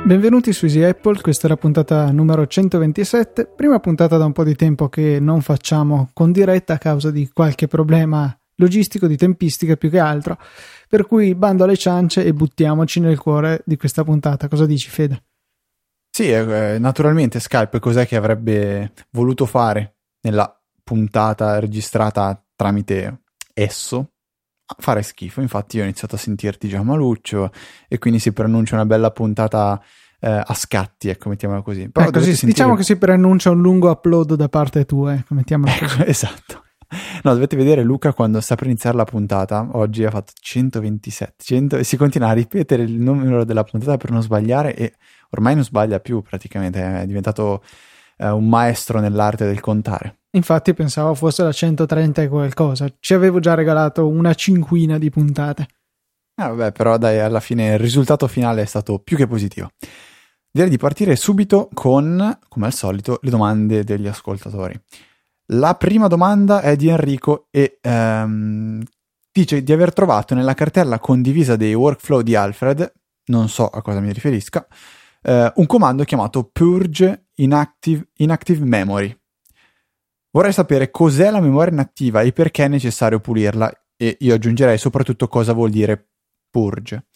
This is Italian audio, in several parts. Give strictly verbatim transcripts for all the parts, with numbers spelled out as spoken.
Benvenuti su Easy Apple, questa è la puntata numero centoventisette, prima puntata da un po' di tempo che non facciamo con diretta a causa di qualche problema logistico, di tempistica più che altro, per cui bando alle ciance e buttiamoci nel cuore di questa puntata. Cosa dici, Fede? Sì, eh, naturalmente Skype cos'è che avrebbe voluto fare nella puntata registrata tramite esso? Fare schifo. Infatti io ho iniziato a sentirti già maluccio e quindi si preannuncia una bella puntata eh, a scatti, ecco, mettiamola così. Però ecco, sì, sentire... diciamo che si preannuncia un lungo upload da parte tua, ecco, mettiamola così. Ecco, esatto. No, dovete vedere Luca quando sta per iniziare la puntata, oggi ha fatto centoventisette, cento, e si continua a ripetere il numero della puntata per non sbagliare e ormai non sbaglia più praticamente, è diventato eh, un maestro nell'arte del contare. Infatti pensavo fosse la centotrenta e qualcosa, ci avevo già regalato una cinquina di puntate. Ah, vabbè, però dai, alla fine il risultato finale è stato più che positivo. Direi di partire subito con, come al solito, le domande degli ascoltatori. La prima domanda è di Enrico e ehm, dice di aver trovato nella cartella condivisa dei workflow di Alfred, non so a cosa mi riferisca, eh, un comando chiamato purge inactive, inactive memory. Vorrei sapere cos'è la memoria inattiva e perché è necessario pulirla, e io aggiungerei soprattutto cosa vuol dire purge.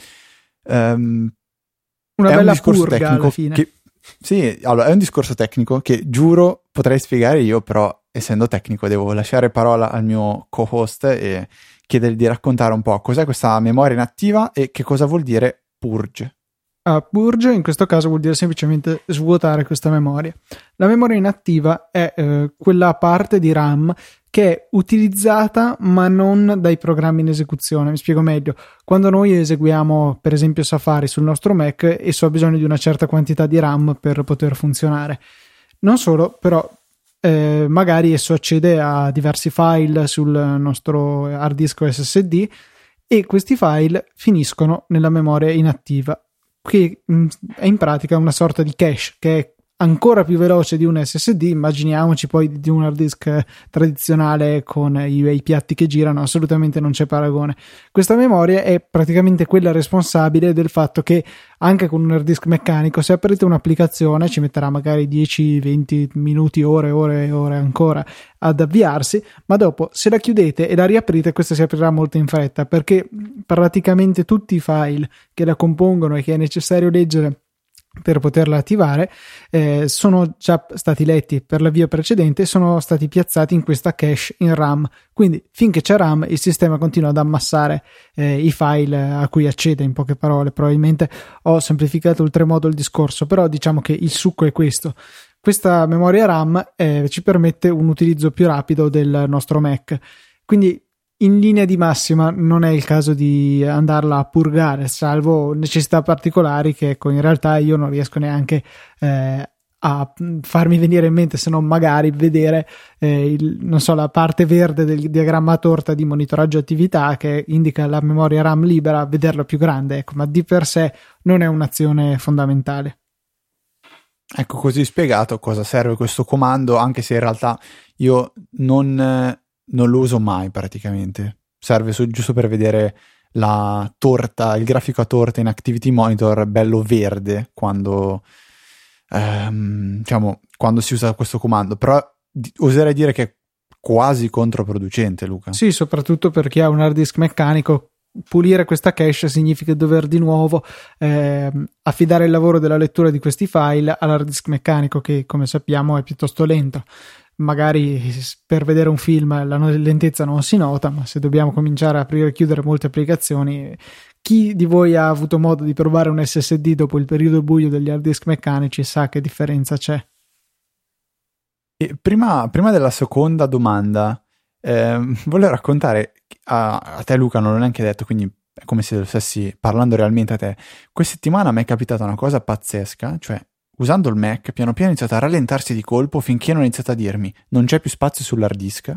Um, Una bella purga alla fine. Che, sì, allora è un discorso tecnico che giuro potrei spiegare io, però essendo tecnico devo lasciare parola al mio co-host e chiedergli di raccontare un po' cos'è questa memoria inattiva e che cosa vuol dire purge. Uh, purge in questo caso vuol dire semplicemente svuotare questa memoria. La memoria inattiva è eh, quella parte di RAM che è utilizzata ma non dai programmi in esecuzione. Mi spiego meglio: quando noi eseguiamo per esempio Safari sul nostro Mac, esso ha bisogno di una certa quantità di RAM per poter funzionare. Non solo, però eh, magari esso accede a diversi file sul nostro hard disk o S S D e questi file finiscono nella memoria inattiva, che è in pratica una sorta di cache che è ancora più veloce di un S S D. Immaginiamoci poi di un hard disk tradizionale con i, i piatti che girano, assolutamente non c'è paragone. Questa memoria è praticamente quella responsabile del fatto che anche con un hard disk meccanico, se aprite un'applicazione, ci metterà magari dieci venti minuti, ore, ore e ore ancora ad avviarsi, ma dopo se la chiudete e la riaprite, questa si aprirà molto in fretta, perché praticamente tutti i file che la compongono e che è necessario leggere per poterla attivare eh, sono già stati letti per l'avvio precedente e sono stati piazzati in questa cache in RAM. Quindi finché c'è RAM il sistema continua ad ammassare eh, i file a cui accede. In poche parole, probabilmente ho semplificato oltremodo il discorso, però diciamo che il succo è questo. Questa memoria RAM eh, ci permette un utilizzo più rapido del nostro Mac, quindi in linea di massima non è il caso di andarla a purgare, salvo necessità particolari che, ecco, in realtà io non riesco neanche eh, a farmi venire in mente, se non magari vedere eh, il, non so, la parte verde del diagramma a torta di monitoraggio attività che indica la memoria RAM libera, vederla più grande, ecco, ma di per sé non è un'azione fondamentale. Ecco, così spiegato cosa serve questo comando, anche se in realtà io non... non lo uso mai praticamente, serve su, giusto per vedere la torta, il grafico a torta in Activity Monitor bello verde quando ehm, diciamo quando si usa questo comando, però oserei dire che è quasi controproducente, Luca. Sì, soprattutto per chi ha un hard disk meccanico. Pulire questa cache significa dover di nuovo eh, affidare il lavoro della lettura di questi file all'hard disk meccanico, che come sappiamo è piuttosto lento. Magari per vedere un film la lentezza non si nota, ma se dobbiamo cominciare a aprire e chiudere molte applicazioni, chi di voi ha avuto modo di provare un S S D dopo il periodo buio degli hard disk meccanici sa che differenza c'è. E prima, prima della seconda domanda eh, volevo raccontare a, a te, Luca, non l'ho neanche detto, quindi è come se lo stessi parlando realmente a te. Questa settimana mi è capitata una cosa pazzesca, cioè usando il Mac, piano piano ha iniziato a rallentarsi di colpo finché non ha iniziato a dirmi non c'è più spazio sull'hard disk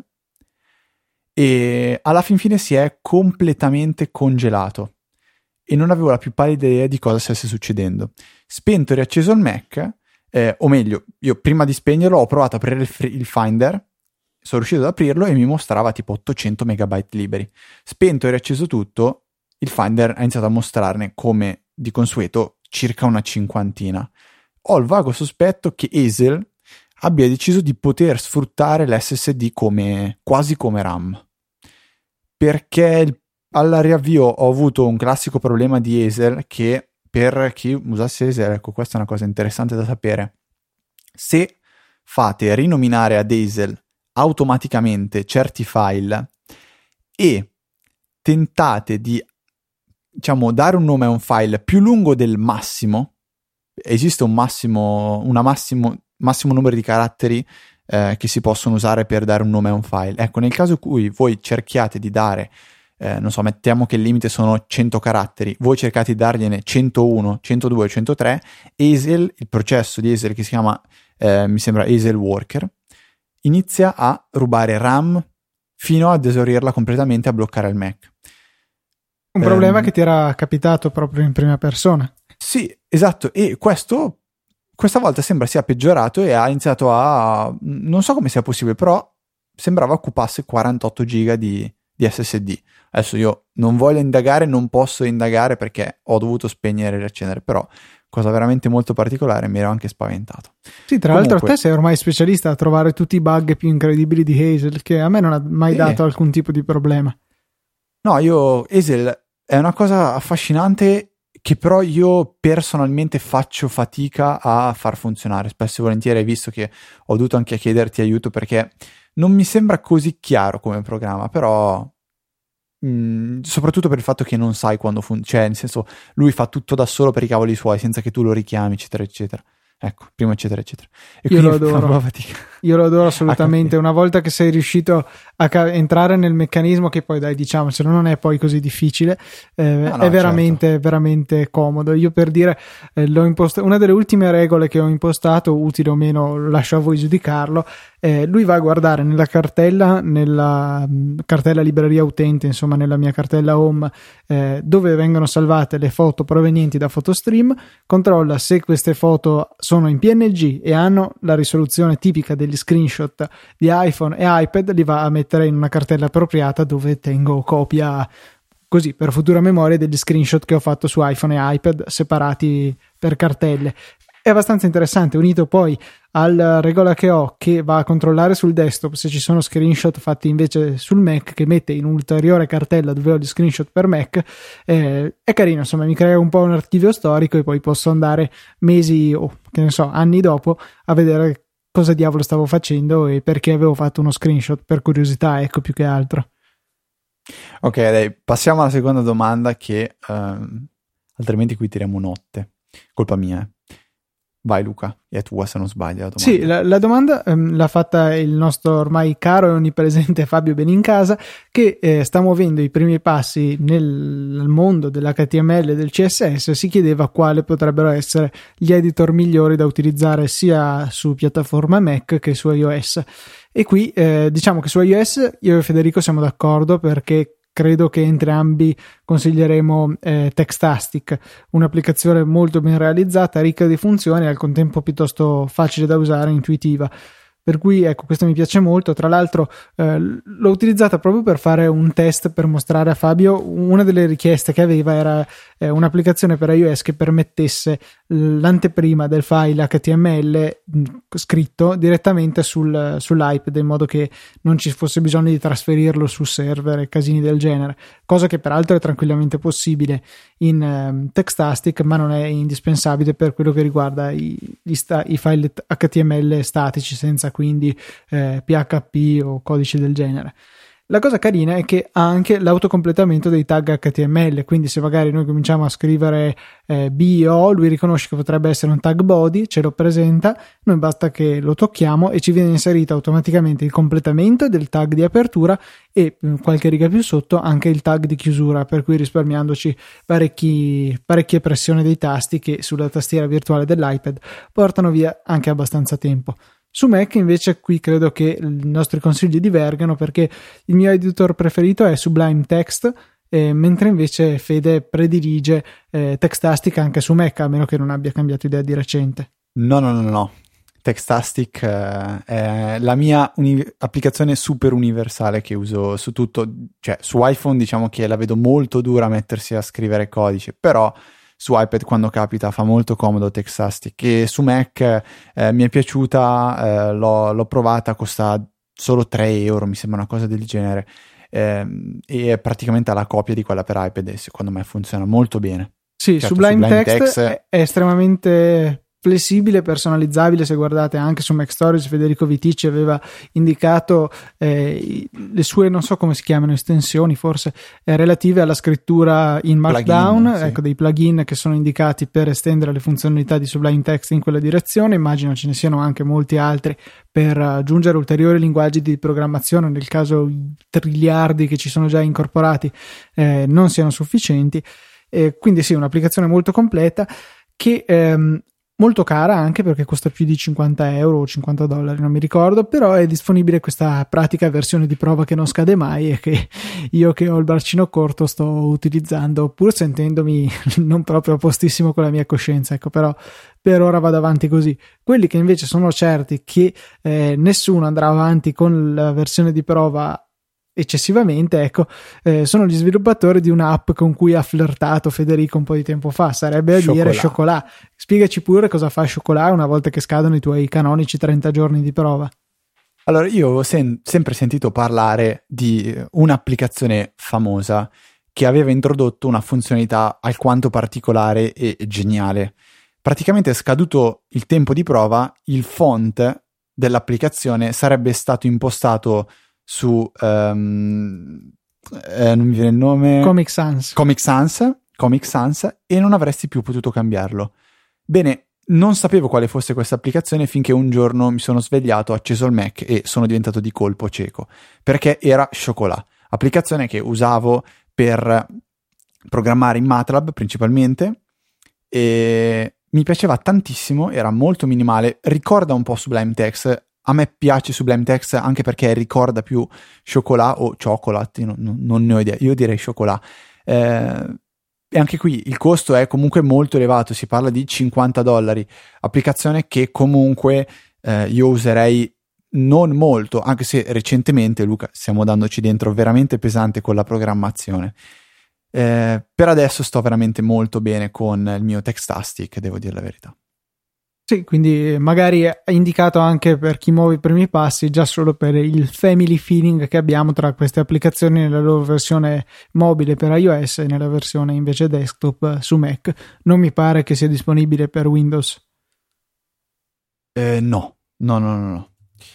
e alla fin fine si è completamente congelato e non avevo la più pallida idea di cosa stesse succedendo. Spento e riacceso il Mac, eh, o meglio, io prima di spegnerlo ho provato a aprire il, free, il Finder, sono riuscito ad aprirlo e mi mostrava tipo ottocento megabyte liberi. Spento e riacceso tutto, il Finder ha iniziato a mostrarne, come di consueto, circa una cinquantina. Ho il vago sospetto che Hazel abbia deciso di poter sfruttare l'S S D come, quasi come RAM, perché il, alla riavvio ho avuto un classico problema di Hazel, che per chi usasse Hazel, ecco, questa è una cosa interessante da sapere: se fate rinominare ad Hazel automaticamente certi file e tentate di, diciamo, dare un nome a un file più lungo del massimo, esiste un massimo, una massimo, massimo numero di caratteri eh, che si possono usare per dare un nome a un file. Ecco, nel caso in cui voi cerchiate di dare, eh, non so, mettiamo che il limite sono cento caratteri, voi cercate di dargliene centouno, centodue, centotré, Hazel, il processo di Hazel che si chiama, eh, mi sembra Hazel Worker, inizia a rubare RAM fino ad esaurirla completamente, a bloccare il Mac. Un problema um, che ti era capitato proprio in prima persona. Sì, esatto, e questo questa volta sembra sia peggiorato e ha iniziato a, non so come sia possibile, però sembrava occupasse quarantotto giga di, di S S D. Adesso io non voglio indagare, non posso indagare perché ho dovuto spegnere e riaccendere, però cosa veramente molto particolare, mi ero anche spaventato. Sì, tra Comunque, l'altro te sei ormai specialista a trovare tutti i bug più incredibili di Hazel, che a me non ha mai eh, dato alcun tipo di problema. No, io Hazel è una cosa affascinante che però io personalmente faccio fatica a far funzionare. Spesso e volentieri hai visto che ho dovuto anche chiederti aiuto perché non mi sembra così chiaro come programma, però mh, soprattutto per il fatto che non sai quando funziona, cioè nel senso lui fa tutto da solo per i cavoli suoi senza che tu lo richiami, eccetera eccetera. Ecco, prima eccetera eccetera. E io lo adoro, io lo adoro assolutamente. Una volta che sei riuscito a ca- entrare nel meccanismo, che poi dai, diciamocelo, non è poi così difficile, eh, no, no, è veramente certo. veramente comodo. Io, per dire, eh, l'ho impostato, una delle ultime regole che ho impostato, utile o meno, lascio a voi giudicarlo. Eh, lui va a guardare nella cartella, nella mh, cartella libreria utente, insomma nella mia cartella home, eh, dove vengono salvate le foto provenienti da PhotoStream, controlla se queste foto sono in P N G e hanno la risoluzione tipica degli screenshot di iPhone e iPad, li va a mettere in una cartella appropriata dove tengo copia, così, per futura memoria, degli screenshot che ho fatto su iPhone e iPad separati per cartelle. È abbastanza interessante, unito poi alla regola che ho, che va a controllare sul desktop se ci sono screenshot fatti invece sul Mac, che mette in un'ulteriore cartella dove ho gli screenshot per Mac. Eh, è carino, insomma, mi crea un po' un archivio storico e poi posso andare mesi o, che ne so, anni dopo a vedere cosa diavolo stavo facendo e perché avevo fatto uno screenshot, per curiosità, ecco, più che altro. Ok, dai, passiamo alla seconda domanda, che um, altrimenti qui tiriamo notte. Colpa mia, eh. Vai Luca, è tua se non sbaglio la domanda. Sì, la, la domanda ehm, l'ha fatta il nostro ormai caro e onnipresente Fabio Benincasa, che eh, sta muovendo i primi passi nel, nel mondo dell'H T M L e del C S S. Si chiedeva quale potrebbero essere gli editor migliori da utilizzare sia su piattaforma Mac che su iOS. E qui eh, diciamo che su iOS io e Federico siamo d'accordo, perché credo che entrambi consiglieremo eh, Textastic, un'applicazione molto ben realizzata, ricca di funzioni e al contempo piuttosto facile da usare e intuitiva. Per cui ecco, questo mi piace molto. Tra l'altro eh, l'ho utilizzata proprio per fare un test, per mostrare a Fabio. Una delle richieste che aveva era eh, un'applicazione per iOS che permettesse l'anteprima del file H T M L mh, scritto direttamente sul, sull'iPad, in modo che non ci fosse bisogno di trasferirlo su server e casini del genere, cosa che peraltro è tranquillamente possibile in eh, Textastic, ma non è indispensabile per quello che riguarda i, gli sta- i file H T M L statici, senza quindi eh, P H P o codici del genere. La cosa carina è che ha anche l'autocompletamento dei tag H T M L, quindi se magari noi cominciamo a scrivere eh, B O, lui riconosce che potrebbe essere un tag body, ce lo presenta, noi basta che lo tocchiamo e ci viene inserito automaticamente il completamento del tag di apertura e qualche riga più sotto anche il tag di chiusura, per cui risparmiandoci parecchi, parecchie pressioni dei tasti che sulla tastiera virtuale dell'iPad portano via anche abbastanza tempo. Su Mac invece qui credo che i nostri consigli divergano, perché il mio editor preferito è Sublime Text, eh, mentre invece Fede predilige eh, Textastic anche su Mac, a meno che non abbia cambiato idea di recente. No, no, no, no. Textastic eh, è la mia uni- applicazione super universale che uso su tutto, cioè su iPhone diciamo che la vedo molto dura a mettersi a scrivere codice, però su iPad quando capita, fa molto comodo Textastic, e su Mac eh, mi è piaciuta, eh, l'ho, l'ho provata, costa solo tre euro, mi sembra una cosa del genere, eh, e è praticamente la copia di quella per iPad e secondo me funziona molto bene. Sì, certo, Sublime, Sublime Text, Text è, è estremamente flessibile, personalizzabile. Se guardate anche su Mac Stories, Federico Viticci aveva indicato eh, le sue, non so come si chiamano, estensioni forse eh, relative alla scrittura in Markdown, plugin, sì. ecco, dei plugin che sono indicati per estendere le funzionalità di Sublime Text in quella direzione. Immagino ce ne siano anche molti altri per aggiungere ulteriori linguaggi di programmazione nel caso i triliardi che ci sono già incorporati eh, non siano sufficienti. Eh, quindi sì, un'applicazione molto completa che ehm, molto cara anche perché costa più di cinquanta euro o cinquanta dollari, non mi ricordo, però è disponibile questa pratica versione di prova che non scade mai e che io, che ho il braccino corto, sto utilizzando, pur sentendomi non proprio a postissimo con la mia coscienza, ecco, però per ora vado avanti così. Quelli che invece sono certi che eh, nessuno andrà avanti con la versione di prova eccessivamente, ecco, eh, sono gli sviluppatori di un'app con cui ha flirtato Federico un po' di tempo fa, sarebbe a Chocolat. dire Chocolat. Spiegaci pure cosa fa Chocolat una volta che scadono i tuoi canonici trenta giorni di prova. Allora, io ho sen- sempre sentito parlare di un'applicazione famosa che aveva introdotto una funzionalità alquanto particolare e geniale. Praticamente, scaduto il tempo di prova, il font dell'applicazione sarebbe stato impostato su um, eh, non mi viene il nome, Comic Sans. Comic Sans, Comic Sans, e non avresti più potuto cambiarlo. Bene, non sapevo quale fosse questa applicazione finché un giorno mi sono svegliato, ho acceso il Mac e sono diventato di colpo cieco, perché era Chocolat, applicazione che usavo per programmare in MATLAB principalmente, e mi piaceva tantissimo, era molto minimale, ricorda un po' Sublime Text. A me piace Sublime Text anche perché ricorda più Chocolat o Chocolat, non, non, non ne ho idea, io direi Chocolat. Eh, e anche qui il costo è comunque molto elevato, si parla di cinquanta dollari, applicazione che comunque eh, io userei non molto, anche se recentemente, Luca, stiamo dandoci dentro veramente pesante con la programmazione. Eh, per adesso sto veramente molto bene con il mio Textastic, devo dire la verità. Sì, quindi magari è indicato anche per chi muove i primi passi, già solo per il family feeling che abbiamo tra queste applicazioni nella loro versione mobile per iOS e nella versione invece desktop su Mac. Non mi pare che sia disponibile per Windows. Eh, no, no, no, no. no.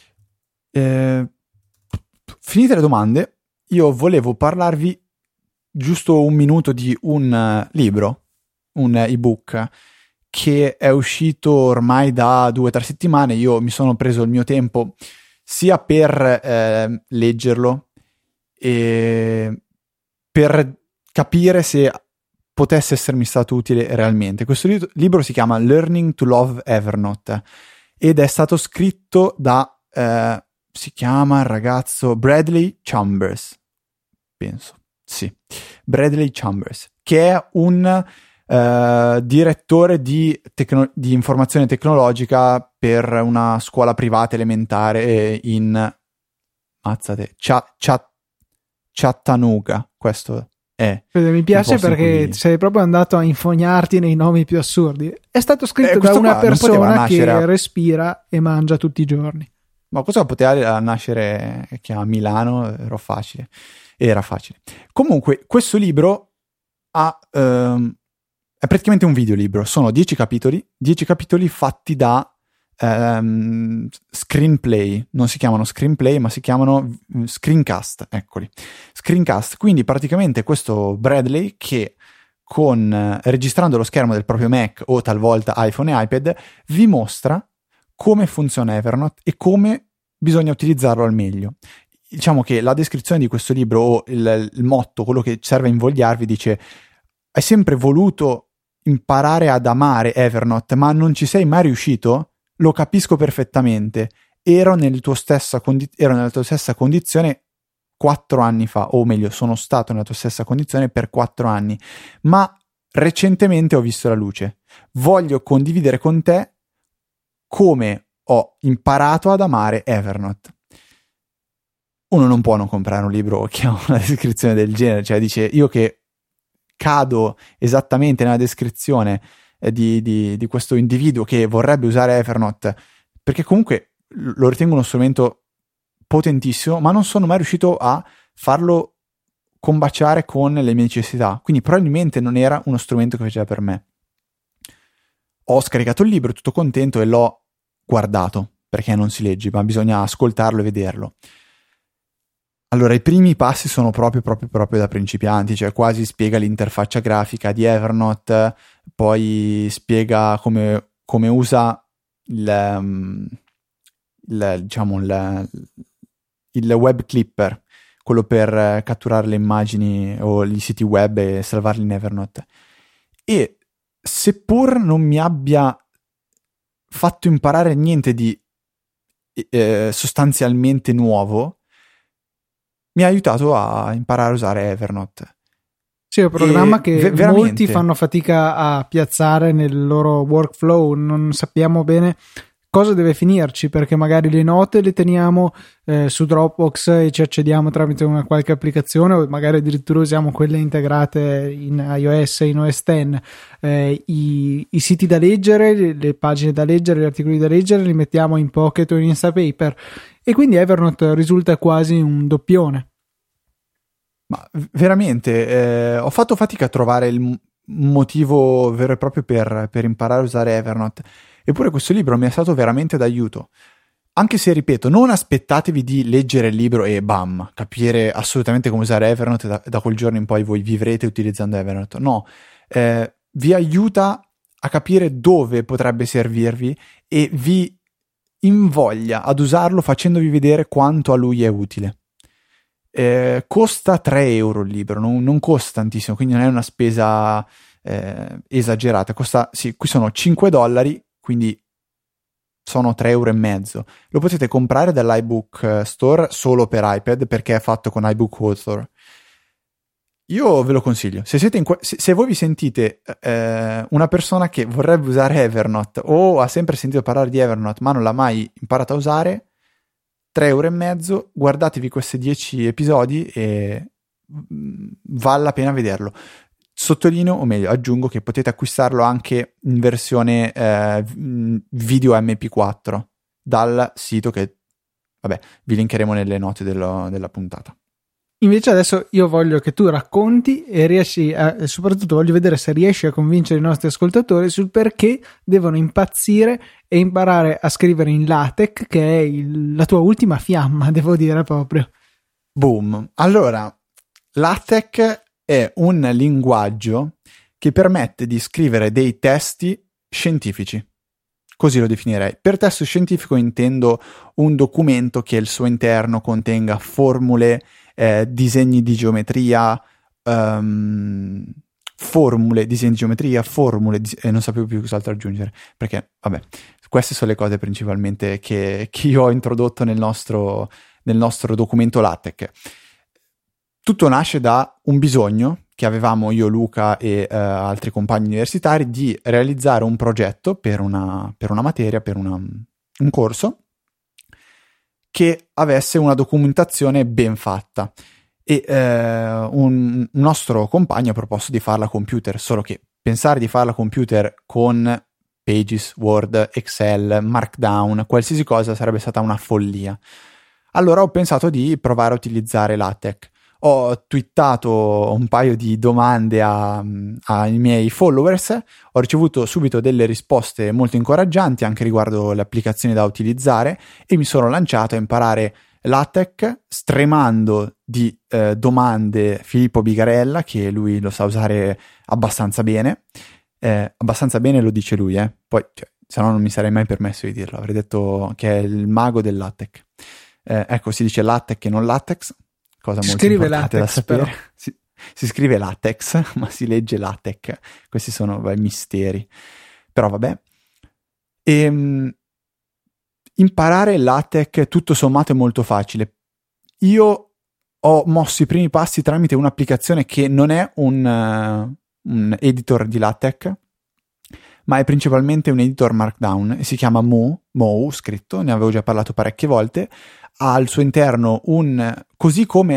Eh, finite le domande, io volevo parlarvi giusto un minuto di un uh, libro, un uh, ebook che è uscito ormai da due o tre settimane. Io mi sono preso il mio tempo sia per eh, leggerlo e per capire se potesse essermi stato utile realmente. Questo li- libro si chiama Learning to Love Evernote ed è stato scritto da eh, si chiama il ragazzo Bradley Chambers, penso, sì, Bradley Chambers, che è un Uh, direttore di, tecno- di informazione tecnologica per una scuola privata elementare in mazzate, Ch- Ch- Chattanooga. Questo è. Fede, mi piace perché cui... sei proprio andato a infognarti nei nomi più assurdi. È stato scritto eh, da una qua persona che a... respira e mangia tutti i giorni. Ma questo poteva nascere che a Milano era facile. Era facile. Comunque, questo libro ha. Um, È praticamente un videolibro, sono dieci capitoli, dieci capitoli fatti da um, screenplay, non si chiamano screenplay ma si chiamano screencast, eccoli, screencast, quindi praticamente questo Bradley che con registrando lo schermo del proprio Mac o talvolta iPhone e iPad vi mostra come funziona Evernote e come bisogna utilizzarlo al meglio. Diciamo che la descrizione di questo libro o il, il motto, quello che serve a invogliarvi, dice: hai sempre voluto imparare ad amare Evernote, ma non ci sei mai riuscito? Lo capisco perfettamente. Ero, nel tuo stessa condi- ero nella tua stessa condizione quattro anni fa, o meglio, sono stato nella tua stessa condizione per quattro anni, ma recentemente ho visto la luce. Voglio condividere con te come ho imparato ad amare Evernote. Uno non può non comprare un libro che ha una descrizione del genere, cioè dice: io che cado esattamente nella descrizione eh, di, di, di questo individuo che vorrebbe usare Evernote, perché comunque lo ritengo uno strumento potentissimo, ma non sono mai riuscito a farlo combaciare con le mie necessità, quindi probabilmente non era uno strumento che faceva per me. Ho scaricato il libro, tutto contento, e l'ho guardato, perché non si legge, ma bisogna ascoltarlo e vederlo. Allora, i primi passi sono proprio, proprio, proprio da principianti, cioè quasi spiega l'interfaccia grafica di Evernote, poi spiega come, come usa il, um, il, diciamo, il, il web clipper, quello per catturare le immagini o i siti web e salvarli in Evernote. E seppur non mi abbia fatto imparare niente di eh, sostanzialmente nuovo, mi ha aiutato a imparare a usare Evernote. Sì, è un programma e che ve- molti fanno fatica a piazzare nel loro workflow, non sappiamo bene cosa deve finirci, perché magari le note le teniamo eh, su Dropbox e ci accediamo tramite una qualche applicazione, o magari addirittura usiamo quelle integrate in iOS e in O S dieci. Eh, i, i siti da leggere, le, le pagine da leggere, gli articoli da leggere li mettiamo in Pocket o in Instapaper, e quindi Evernote risulta quasi un doppione. Ma veramente eh, ho fatto fatica a trovare il motivo vero e proprio per, per imparare a usare Evernote. Eppure questo libro mi è stato veramente d'aiuto. Anche se, ripeto, non aspettatevi di leggere il libro e bam, capire assolutamente come usare Evernote, da, da quel giorno in poi voi vivrete utilizzando Evernote. No, eh, vi aiuta a capire dove potrebbe servirvi e vi invoglia ad usarlo facendovi vedere quanto a lui è utile. Eh, costa tre euro il libro, non, non costa tantissimo, quindi non è una spesa eh, esagerata. Costa, sì, qui sono cinque dollari, quindi sono tre euro e mezzo. Lo potete comprare dall'iBook Store solo per iPad, perché è fatto con iBook Author. Io ve lo consiglio. Se, siete in que- se, se voi vi sentite eh, una persona che vorrebbe usare Evernote o ha sempre sentito parlare di Evernote ma non l'ha mai imparato a usare, tre euro e mezzo, guardatevi questi dieci episodi e vale la pena vederlo. Sottolineo, o meglio, aggiungo che potete acquistarlo anche in versione eh, video emme pi quattro dal sito che, vabbè, vi linkeremo nelle note dello, della puntata. Invece adesso io voglio che tu racconti e riesci a, e soprattutto voglio vedere se riesci a convincere i nostri ascoltatori sul perché devono impazzire e imparare a scrivere in LaTeX, che è il, la tua ultima fiamma, devo dire proprio. Boom. Allora, LaTeX è un linguaggio che permette di scrivere dei testi scientifici. Così lo definirei. Per testo scientifico intendo un documento che al suo interno contenga formule, eh, disegni di geometria, um, formule, disegni di geometria, formule, dis- eh, non sapevo più cos'altro aggiungere, perché, vabbè, queste sono le cose principalmente che, che io ho introdotto nel nostro, nel nostro documento LaTeX. Tutto nasce da un bisogno che avevamo io, Luca e eh, altri compagni universitari di realizzare un progetto per una, per una materia, per una, un corso che avesse una documentazione ben fatta. E eh, un, un nostro compagno ha proposto di farla a computer, solo che pensare di farla a computer con Pages, Word, Excel, Markdown, qualsiasi cosa sarebbe stata una follia. Allora ho pensato di provare a utilizzare LaTeX. Ho twittato un paio di domande a, ai miei followers, ho ricevuto subito delle risposte molto incoraggianti anche riguardo le applicazioni da utilizzare e mi sono lanciato a imparare LaTeX stremando di eh, domande Filippo Bigarella, che lui lo sa usare abbastanza bene, eh, abbastanza bene lo dice lui, eh. Poi cioè, se no non mi sarei mai permesso di dirlo, avrei detto che è il mago del LaTeX. Eh, ecco, si dice LaTeX e non LaTeX. Cosa molto scrive importante LaTeX, da sapere. però. Si, si scrive LaTeX, ma si legge LaTeX. Questi sono beh, misteri. Però vabbè. E, um, imparare LaTeX tutto sommato è molto facile. Io ho mosso i primi passi tramite un'applicazione che non è un, uh, un editor di LaTeX, ma è principalmente un editor Markdown e si chiama Mo, Mo scritto, ne avevo già parlato parecchie volte. Ha al suo interno un, così come ha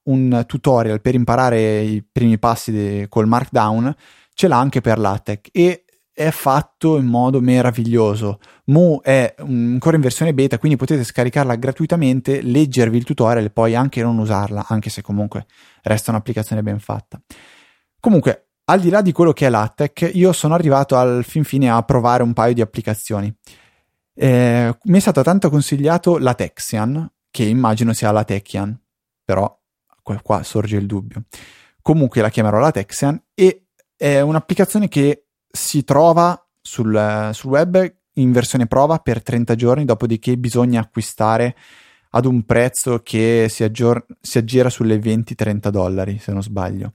un tutorial per imparare i primi passi de- col Markdown, ce l'ha anche per LaTeX e è fatto in modo meraviglioso. Mu è ancora in versione beta, quindi potete scaricarla gratuitamente, leggervi il tutorial e poi anche non usarla, anche se comunque resta un'applicazione ben fatta. Comunque, al di là di quello che è LaTeX, io sono arrivato al fin fine a provare un paio di applicazioni. Eh, mi è stato tanto consigliato LaTeXian, che immagino sia LaTeXian, però qua, qua sorge il dubbio. Comunque la chiamerò LaTeXian e è un'applicazione che si trova sul, sul web in versione prova per trenta giorni, dopodiché bisogna acquistare ad un prezzo che si, aggior- si aggira sulle venti trenta dollari, se non sbaglio.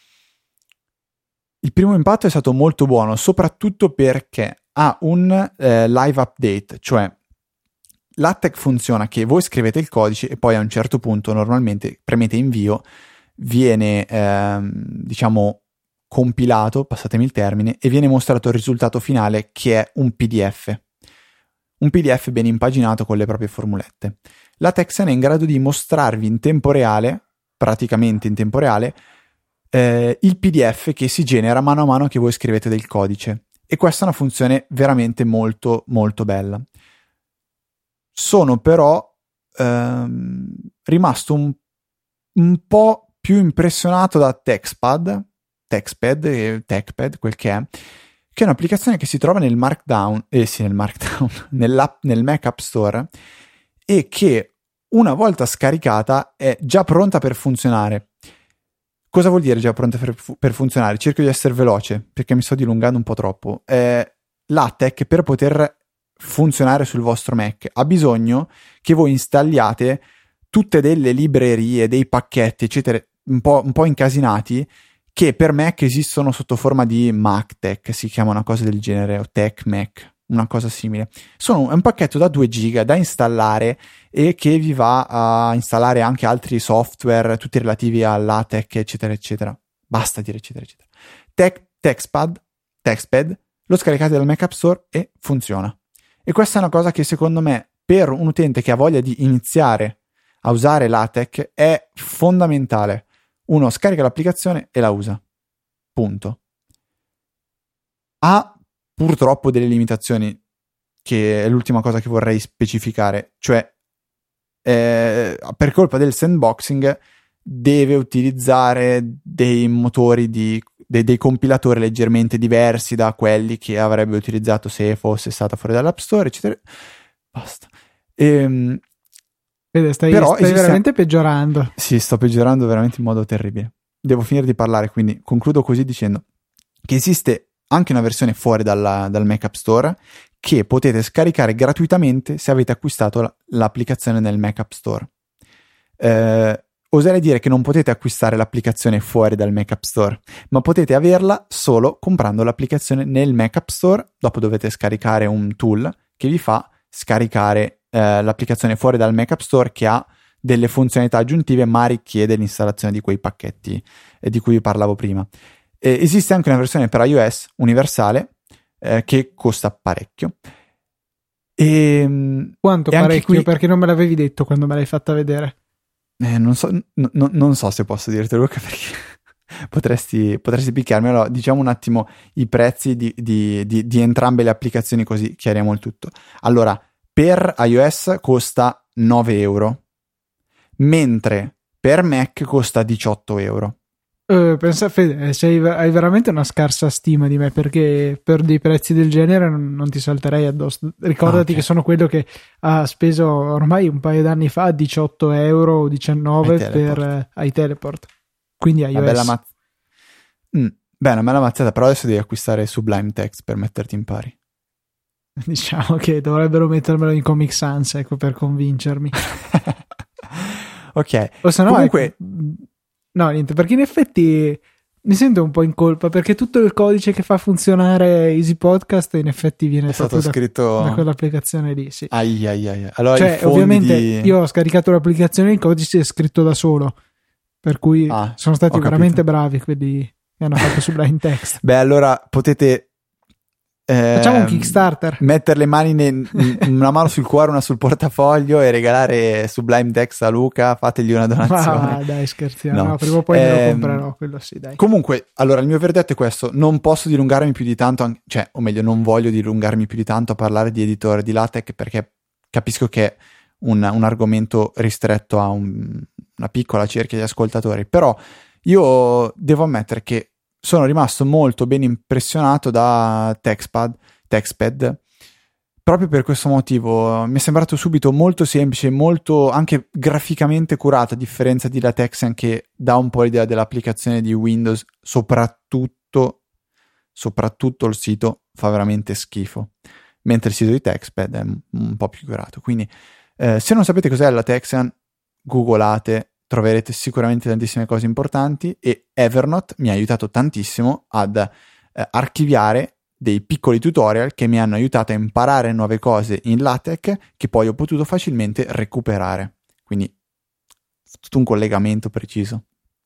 Il primo impatto è stato molto buono, soprattutto perché ha un eh, live update, cioè LaTeX funziona che voi scrivete il codice e poi a un certo punto normalmente premete invio, viene ehm, diciamo compilato, passatemi il termine, e viene mostrato il risultato finale che è un P D F. Un P D F ben impaginato con le proprie formulette. LaTeXian è in grado di mostrarvi in tempo reale, praticamente in tempo reale, eh, il P D F che si genera mano a mano che voi scrivete del codice. E questa è una funzione veramente molto molto bella. Sono però ehm, rimasto un, un po' più impressionato da TextPad, TextPad e TechPad, quel che è, che è un'applicazione che si trova nel Markdown, eh sì, nel Markdown, nell'app, nel Mac App Store, e che una volta scaricata è già pronta per funzionare. Cosa vuol dire già pronta per, per funzionare? Cerco di essere veloce, perché mi sto dilungando un po' troppo. Eh, LaTeX, per poter funzionare sul vostro Mac, ha bisogno che voi installiate tutte delle librerie, dei pacchetti, eccetera, un po', un po' incasinati, che per Mac esistono sotto forma di MacTech, si chiama una cosa del genere, o TechMac, una cosa simile. Sono un pacchetto da due giga da installare e che vi va a installare anche altri software, tutti relativi a LaTeX, eccetera, eccetera. Basta dire eccetera, eccetera. Tech, TextPad, TextPad, lo scaricate dal Mac App Store e funziona. E questa è una cosa che secondo me, per un utente che ha voglia di iniziare a usare LaTeX, è fondamentale. Uno scarica l'applicazione e la usa. Punto. Ha purtroppo delle limitazioni, che è l'ultima cosa che vorrei specificare, cioè eh, per colpa del sandboxing deve utilizzare dei motori di dei, dei compilatori leggermente diversi da quelli che avrebbe utilizzato se fosse stata fuori dall'App Store, eccetera. Basta. Ehm, Vede, stai, però stai esiste... veramente peggiorando. Sì, sto peggiorando veramente in modo terribile. Devo finire di parlare, quindi concludo così dicendo che esiste anche una versione fuori dalla, dal Mac App Store che potete scaricare gratuitamente se avete acquistato la, l'applicazione nel Mac App Store. Eh, oserei dire che non potete acquistare l'applicazione fuori dal Mac App Store, ma potete averla solo comprando l'applicazione nel Mac App Store. Dopo dovete scaricare un tool che vi fa scaricare eh, l'applicazione fuori dal Mac App Store, che ha delle funzionalità aggiuntive ma richiede l'installazione di quei pacchetti eh, di cui vi parlavo prima. Eh, esiste anche una versione per iOS universale eh, che costa parecchio. E, Quanto e parecchio? qui... Perché non me l'avevi detto quando me l'hai fatta vedere. Eh, non, so, n- n- non so se posso dirtelo, Luca, perché potresti, potresti picchiarmi. Allora, diciamo un attimo i prezzi di, di, di, di entrambe le applicazioni, così chiariamo il tutto. Allora, per iOS costa nove euro, mentre per Mac costa diciotto euro. Uh, pensa, Fede, sei, hai veramente una scarsa stima di me, perché per dei prezzi del genere non, non ti salterei addosso. Ricordati ah, okay. che sono quello che ha speso ormai un paio d'anni fa diciotto euro o diciannove per uh, iTeleport, quindi iOS. Una bella, mazz- mm, beh, una bella mazzata, però adesso devi acquistare Sublime Text per metterti in pari. Diciamo che dovrebbero mettermelo in Comic Sans, ecco, per convincermi. Ok, o se no, comunque... Ecco, no, niente, perché in effetti mi sento un po' in colpa, perché tutto il codice che fa funzionare Easy Podcast in effetti viene è stato da, scritto da quell'applicazione lì, sì. Ai ai ai. Allora, cioè, ovviamente di... io ho scaricato l'applicazione, il codice è scritto da solo, per cui ah, sono stati veramente bravi quelli che hanno fatto Sublime Text. Beh, allora potete Eh, Facciamo un Kickstarter. Mettere le mani ne, una mano sul cuore, una sul portafoglio e regalare Sublime Text a Luca. Fategli una donazione. Ah, dai, scherziamo. No. No, prima o poi me Eh, lo comprerò, quello sì, dai. Comunque, allora, il mio verdetto è questo: non posso dilungarmi più di tanto, an- cioè, o meglio, non voglio dilungarmi più di tanto a parlare di editore di LaTeX, perché capisco che è un, un argomento ristretto a un, una piccola cerchia di ascoltatori. Però io devo ammettere che sono rimasto molto ben impressionato da TextPad, TextPad proprio per questo motivo. Mi è sembrato subito molto semplice, molto anche graficamente curato, a differenza di LaTeX, anche dà un po' l'idea dell'applicazione di Windows, soprattutto soprattutto il sito fa veramente schifo, mentre il sito di TextPad è un, un po' più curato. Quindi eh, se non sapete cos'è LaTeX, googolate, troverete sicuramente tantissime cose importanti, e Evernote mi ha aiutato tantissimo ad eh, archiviare dei piccoli tutorial che mi hanno aiutato a imparare nuove cose in LaTeX che poi ho potuto facilmente recuperare. Quindi tutto un collegamento preciso.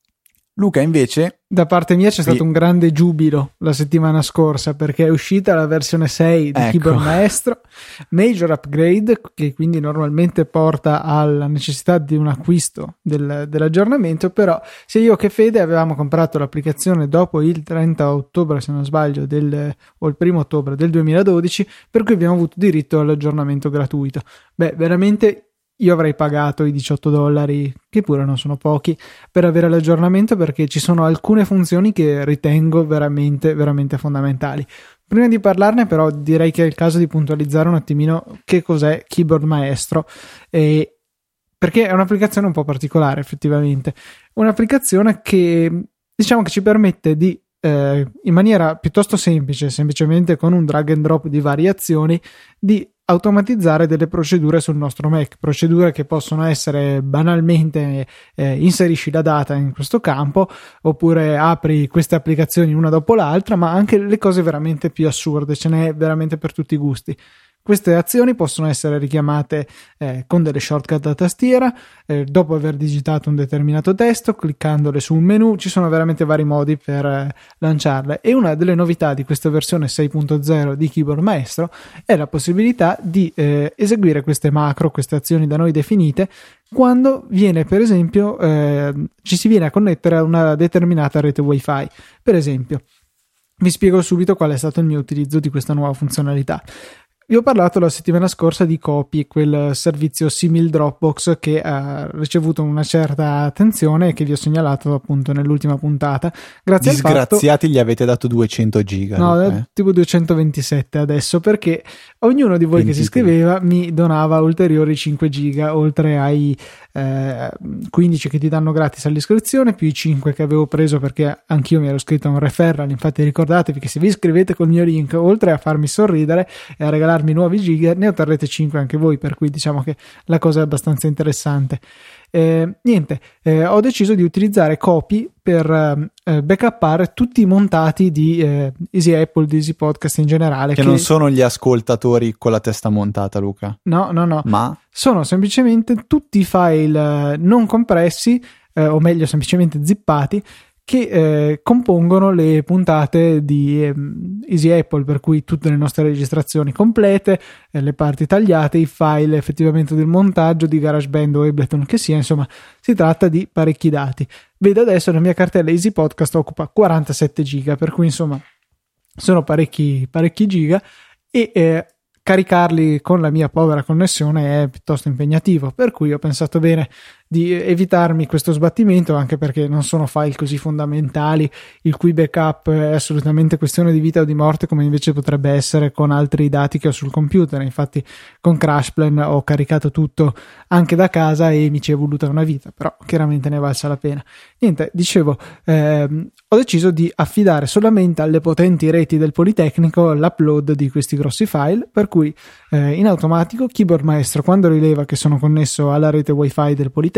Luca invece, da parte mia c'è sì. stato un grande giubilo la settimana scorsa, perché è uscita la versione sei di Ecco. Keyboard Maestro, major upgrade, che quindi normalmente porta alla necessità di un acquisto del, dell'aggiornamento. Però sia io che Fede avevamo comprato l'applicazione dopo il trenta ottobre, se non sbaglio, del, o il primo ottobre del duemiladodici, per cui abbiamo avuto diritto all'aggiornamento gratuito. Beh, veramente io avrei pagato i diciotto dollari, che pure non sono pochi, per avere l'aggiornamento, perché ci sono alcune funzioni che ritengo veramente, veramente fondamentali. Prima di parlarne però direi che è il caso di puntualizzare un attimino che cos'è Keyboard Maestro, eh, perché è un'applicazione un po' particolare effettivamente. Un'applicazione che diciamo che ci permette di, eh, in maniera piuttosto semplice, semplicemente con un drag and drop di variazioni, di automatizzare delle procedure sul nostro Mac, procedure che possono essere banalmente eh, inserisci la data in questo campo, oppure apri queste applicazioni una dopo l'altra, ma anche le cose veramente più assurde, ce n'è veramente per tutti i gusti. Queste azioni possono essere richiamate eh, con delle shortcut da tastiera, eh, dopo aver digitato un determinato testo, cliccandole su un menu. Ci sono veramente vari modi per eh, lanciarle, e una delle novità di questa versione sei punto zero di Keyboard Maestro è la possibilità di eh, eseguire queste macro, queste azioni da noi definite, quando viene per esempio eh, ci si viene a connettere a una determinata rete wifi. Per esempio, vi spiego subito qual è stato il mio utilizzo di questa nuova funzionalità. Vi ho parlato la settimana scorsa di Copy, quel servizio simil Dropbox che ha ricevuto una certa attenzione e che vi ho segnalato appunto nell'ultima puntata. Grazie disgraziati, al fatto... gli avete dato duecento giga. No, eh? tipo duecentoventisette adesso, perché ognuno di voi ventitré. Che si iscriveva mi donava ulteriori cinque giga, oltre ai eh, quindici che ti danno gratis all'iscrizione, più i cinque che avevo preso perché anch'io mi ero iscritto a un referral. Infatti ricordatevi che se vi iscrivete col mio link, oltre a farmi sorridere e a regalarmi nuovi giga, ne otterrete cinque anche voi, per cui diciamo che la cosa è abbastanza interessante. Eh, niente, eh, ho deciso di utilizzare Copy per eh, backuppare tutti i montati di eh, Easy Apple, di Easy Podcast in generale, che, che non sono gli ascoltatori con la testa montata, Luca. No, no, no, ma sono semplicemente tutti i file eh, non compressi, eh, o meglio semplicemente zippati, che eh, compongono le puntate di eh, Easy Apple, per cui tutte le nostre registrazioni complete, eh, le parti tagliate, i file effettivamente del montaggio di GarageBand o Ableton che sia, insomma si tratta di parecchi dati. Vedo adesso la mia cartella Easy Podcast occupa quarantasette giga, per cui insomma sono parecchi, parecchi giga, e eh, caricarli con la mia povera connessione è piuttosto impegnativo, per cui ho pensato bene di evitarmi questo sbattimento, anche perché non sono file così fondamentali il cui backup è assolutamente questione di vita o di morte, come invece potrebbe essere con altri dati che ho sul computer. Infatti con CrashPlan ho caricato tutto anche da casa e mi ci è voluta una vita, però chiaramente ne è valsa la pena. Niente, dicevo, ehm, ho deciso di affidare solamente alle potenti reti del Politecnico l'upload di questi grossi file, per cui eh, in automatico Keyboard Maestro, quando rileva che sono connesso alla rete wifi del Politecnico,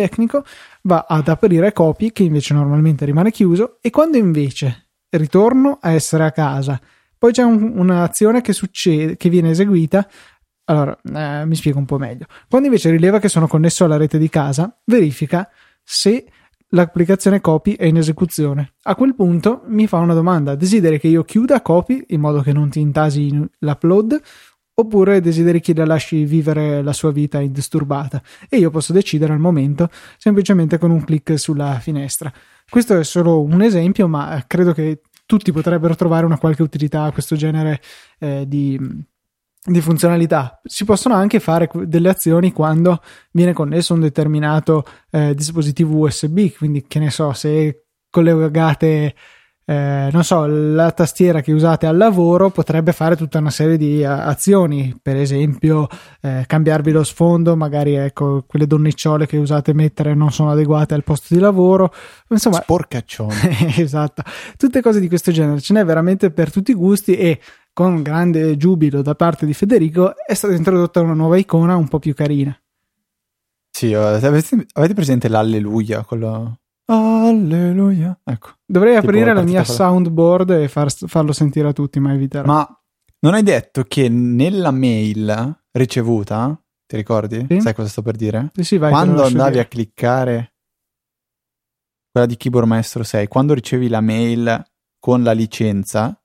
va ad aprire Copy, che invece normalmente rimane chiuso, e quando invece ritorno a essere a casa, poi c'è un, un'azione che succede, che viene eseguita. Allora, eh, mi spiego un po' meglio. Quando invece rileva che sono connesso alla rete di casa, verifica se l'applicazione copy è in esecuzione. A quel punto mi fa una domanda: desideri che io chiuda copy in modo che non ti intasi l'upload, oppure desideri che la lasci vivere la sua vita indisturbata? E io posso decidere al momento semplicemente con un clic sulla finestra. Questo è solo un esempio, ma credo che tutti potrebbero trovare una qualche utilità a questo genere eh, di, di funzionalità. Si possono anche fare delle azioni quando viene connesso un determinato eh, dispositivo U S B, quindi che ne so, se collegate Eh, non so, la tastiera che usate al lavoro potrebbe fare tutta una serie di a- azioni, per esempio eh, cambiarvi lo sfondo, magari ecco quelle donnicciole che usate mettere non sono adeguate al posto di lavoro, insomma sporcaccione. Esatto, tutte cose di questo genere, ce n'è veramente per tutti i gusti. E con grande giubilo da parte di Federico è stata introdotta una nuova icona un po' più carina. Sì, avete, avete presente l'alleluia, quello alleluia, ecco. Dovrei Tipo aprire la mia con... soundboard e far, farlo sentire a tutti, ma eviterò. Ma non hai detto che nella mail ricevuta, ti ricordi? Sì? Sai cosa sto per dire? Sì, sì, vai, quando andavi dire. a cliccare quella di Keyboard Maestro sei, quando ricevi la mail con la licenza,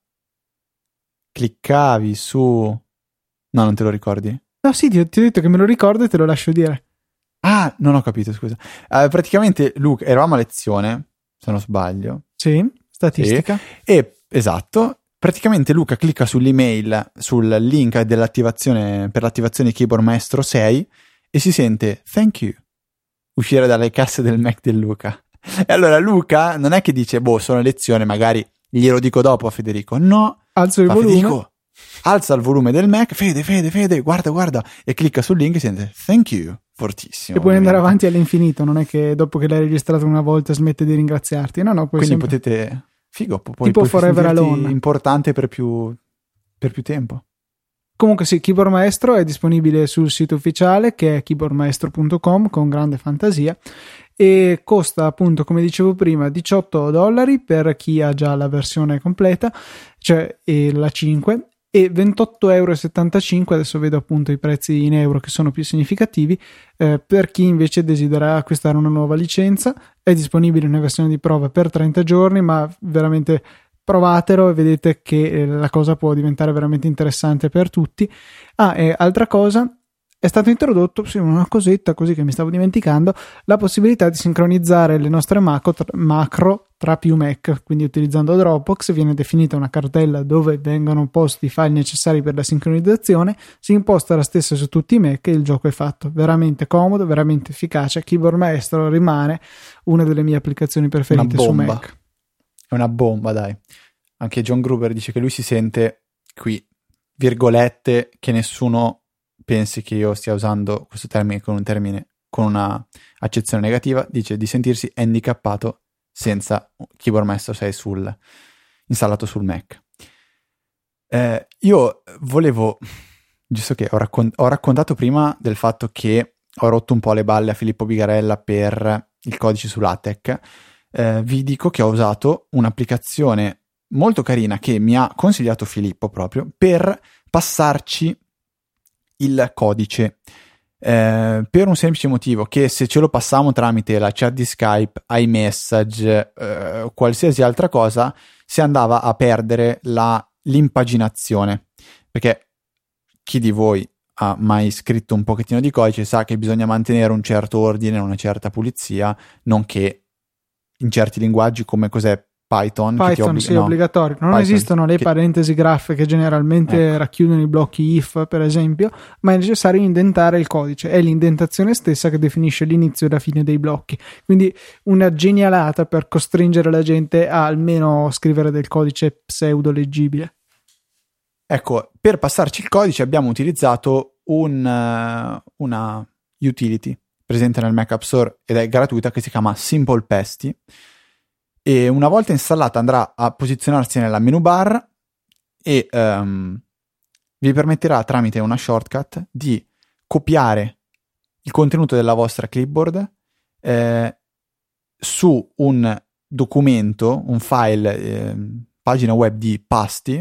cliccavi su... No, non te lo ricordi? No, sì, ti, ti ho detto che me lo ricordo e te lo lascio dire. Ah, non ho capito, scusa. Uh, praticamente, Luca, eravamo a lezione, se non sbaglio. Sì, statistica. Sì. E, esatto, praticamente Luca clicca sull'email, sul link dell'attivazione, per l'attivazione di Keyboard Maestro sei e si sente thank you uscire dalle casse del Mac del Luca. E allora Luca non è che dice, boh, sono a lezione, magari glielo dico dopo a Federico. No, alzo il fa volume. Federico, alza il volume del Mac, Fede, Fede, Fede, guarda, guarda, e clicca sul link e sente thank you. Fortissimo. E puoi ovviamente. andare avanti all'infinito, non è che dopo che l'hai registrato una volta smette di ringraziarti. No, no, puoi Quindi sempre... potete... Figo, puoi, tipo puoi Forever sentirti Alone. importante per più, per più tempo. Comunque sì, Keyboard Maestro è disponibile sul sito ufficiale che è keyboard maestro punto com con grande fantasia e costa appunto, come dicevo prima, diciotto dollari per chi ha già la versione completa, cioè e la cinque, e ventotto e settantacinque euro, adesso vedo appunto i prezzi in euro che sono più significativi, eh, per chi invece desidera acquistare una nuova licenza. È disponibile una versione di prova per trenta giorni, ma veramente provatelo e vedete che eh, la cosa può diventare veramente interessante per tutti. Ah, e altra cosa, è stato introdotto, sì, una cosetta così che mi stavo dimenticando, la possibilità di sincronizzare le nostre macro tra, macro tra più Mac, quindi utilizzando Dropbox viene definita una cartella dove vengono posti i file necessari per la sincronizzazione, si imposta la stessa su tutti i Mac e il gioco è fatto. Veramente comodo, veramente efficace. Keyboard Maestro rimane una delle mie applicazioni preferite su Mac. È una bomba, dai. Anche John Gruber dice che lui si sente qui, virgolette, che nessuno pensi che io stia usando questo termine con un termine con una accezione negativa, dice di sentirsi handicappato senza Keyboard Maestro sei sul, installato sul Mac. Eh, io volevo, giusto che ho, raccont- ho raccontato prima del fatto che ho rotto un po' le balle a Filippo Bigarella per il codice su LaTeX, eh, vi dico che ho usato un'applicazione molto carina che mi ha consigliato Filippo proprio per passarci il codice, eh, per un semplice motivo, che se ce lo passiamo tramite la chat di Skype, iMessage, eh, qualsiasi altra cosa, si andava a perdere la, l'impaginazione, perché chi di voi ha mai scritto un pochettino di codice sa che bisogna mantenere un certo ordine, una certa pulizia, nonché in certi linguaggi come cos'è Python, Python che ti obblig- sì, no, obbligatorio. Non Python, esistono le che... parentesi graffe che generalmente ecco. racchiudono i blocchi if, per esempio, ma è necessario indentare il codice. È l'indentazione stessa che definisce l'inizio e la fine dei blocchi. Quindi una genialata per costringere la gente a almeno scrivere del codice pseudo leggibile. Ecco, per passarci il codice abbiamo utilizzato un, uh, una utility presente nel Mac App Store ed è gratuita, che si chiama Simple Pasty, e una volta installata andrà a posizionarsi nella menu bar e um, vi permetterà tramite una shortcut di copiare il contenuto della vostra clipboard eh, su un documento, un file, eh, pagina web di pasti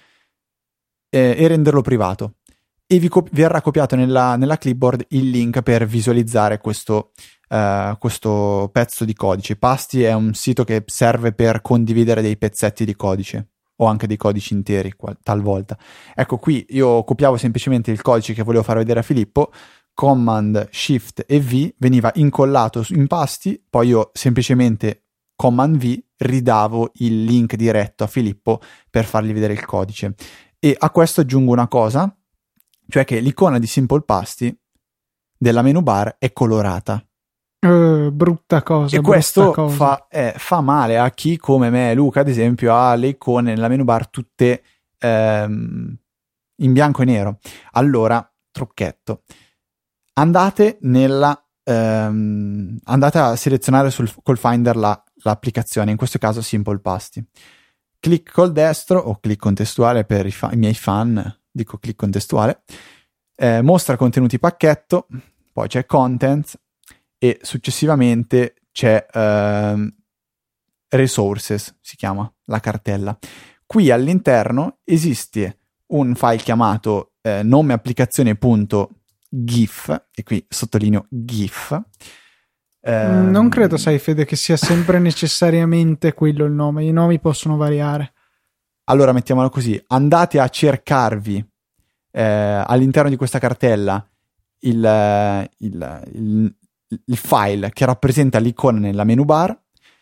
eh, e renderlo privato. E vi cop- verrà copiato nella, nella clipboard il link per visualizzare questo uh, questo pezzo di codice. Pasti è un sito che serve per condividere dei pezzetti di codice o anche dei codici interi talvolta. Ecco, qui io copiavo semplicemente il codice che volevo far vedere a Filippo, Command, Shift e V, veniva incollato in Pasti, poi io semplicemente Command V ridavo il link diretto a Filippo per fargli vedere il codice. E a questo aggiungo una cosa, cioè che l'icona di Simple Pasti della menu bar è colorata. Uh, brutta cosa. E brutta questo cosa. Fa, eh, fa male a chi come me, Luca ad esempio, ha le icone nella menu bar tutte ehm, in bianco e nero. Allora, trucchetto, andate nella ehm, andate a selezionare sul, col Finder la, l'applicazione, in questo caso Simple Pasti. Clic col destro o clic contestuale per i, fa- i miei fan, dico clic contestuale, eh, mostra contenuti pacchetto, poi c'è content e successivamente c'è uh, resources, si chiama la cartella. Qui all'interno esiste un file chiamato eh, nome applicazione.gif, e qui sottolineo GIF. Eh, non credo, sai Fede, che sia sempre necessariamente quello il nome, i nomi possono variare. Allora mettiamolo così, andate a cercarvi eh, all'interno di questa cartella il, il, il il file che rappresenta l'icona nella menu bar,